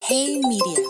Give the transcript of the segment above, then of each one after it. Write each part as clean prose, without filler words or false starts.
Hey Media.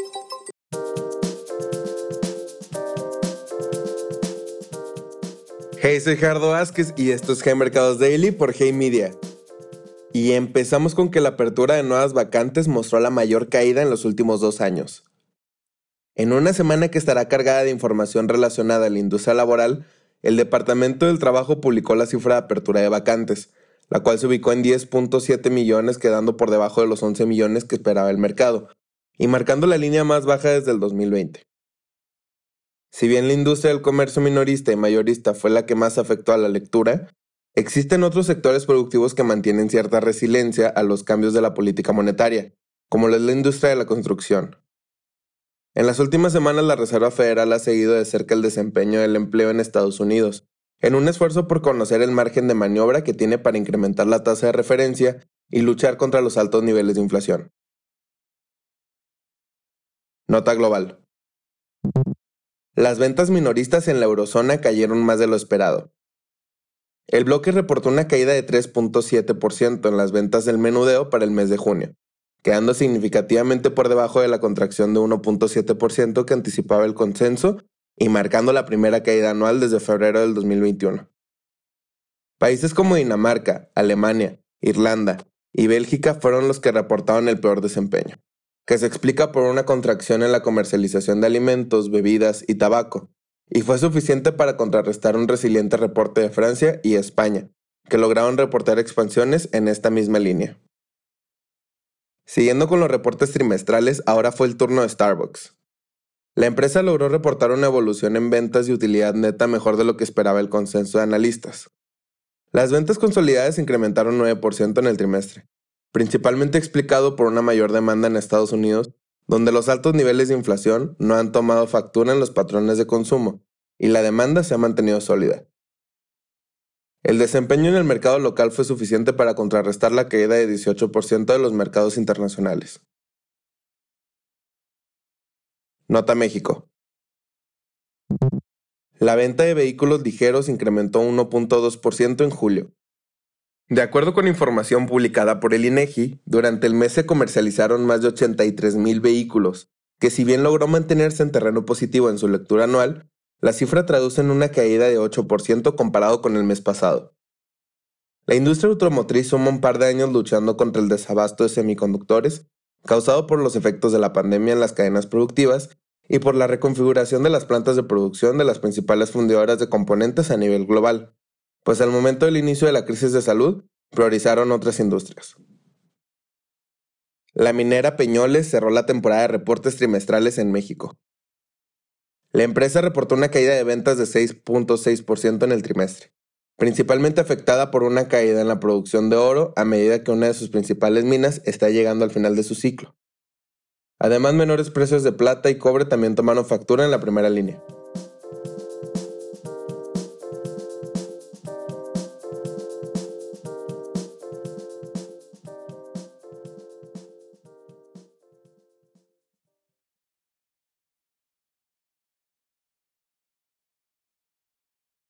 Hey, soy Gerardo Vázquez y esto es G-Mercados Daily por Hey Media. Y empezamos con que la apertura de nuevas vacantes mostró la mayor caída en los últimos 2 años. En una semana que estará cargada de información relacionada a la industria laboral, el Departamento del Trabajo publicó la cifra de apertura de vacantes, la cual se ubicó en 10.7 millones, quedando por debajo de los 11 millones que esperaba el mercado, y marcando la línea más baja desde el 2020. Si bien la industria del comercio minorista y mayorista fue la que más afectó a la lectura, existen otros sectores productivos que mantienen cierta resiliencia a los cambios de la política monetaria, como lo es la industria de la construcción. En las últimas semanas la Reserva Federal ha seguido de cerca el desempeño del empleo en Estados Unidos, en un esfuerzo por conocer el margen de maniobra que tiene para incrementar la tasa de referencia y luchar contra los altos niveles de inflación. Nota global. Las ventas minoristas en la eurozona cayeron más de lo esperado. El bloque reportó una caída de 3.7% en las ventas del menudeo para el mes de junio, quedando significativamente por debajo de la contracción de 1.7% que anticipaba el consenso y marcando la primera caída anual desde febrero del 2021. Países como Dinamarca, Alemania, Irlanda y Bélgica fueron los que reportaron el peor desempeño, que se explica por una contracción en la comercialización de alimentos, bebidas y tabaco, y fue suficiente para contrarrestar un resiliente reporte de Francia y España, que lograron reportar expansiones en esta misma línea. Siguiendo con los reportes trimestrales, ahora fue el turno de Starbucks. La empresa logró reportar una evolución en ventas y utilidad neta mejor de lo que esperaba el consenso de analistas. Las ventas consolidadas incrementaron 9% en el trimestre, principalmente explicado por una mayor demanda en Estados Unidos, donde los altos niveles de inflación no han tomado factura en los patrones de consumo y la demanda se ha mantenido sólida. El desempeño en el mercado local fue suficiente para contrarrestar la caída de 18% de los mercados internacionales. Nota México. La venta de vehículos ligeros incrementó 1.2% en julio. De acuerdo con información publicada por el INEGI, durante el mes se comercializaron más de 83,000 vehículos, que si bien logró mantenerse en terreno positivo en su lectura anual, la cifra traduce en una caída de 8% comparado con el mes pasado. La industria automotriz suma un par de años luchando contra el desabasto de semiconductores, causado por los efectos de la pandemia en las cadenas productivas y por la reconfiguración de las plantas de producción de las principales fundidoras de componentes a nivel global, pues al momento del inicio de la crisis de salud, priorizaron otras industrias. La minera Peñoles cerró la temporada de reportes trimestrales en México. La empresa reportó una caída de ventas de 6.6% en el trimestre, principalmente afectada por una caída en la producción de oro a medida que una de sus principales minas está llegando al final de su ciclo. Además, menores precios de plata y cobre también tomaron factura en la primera línea.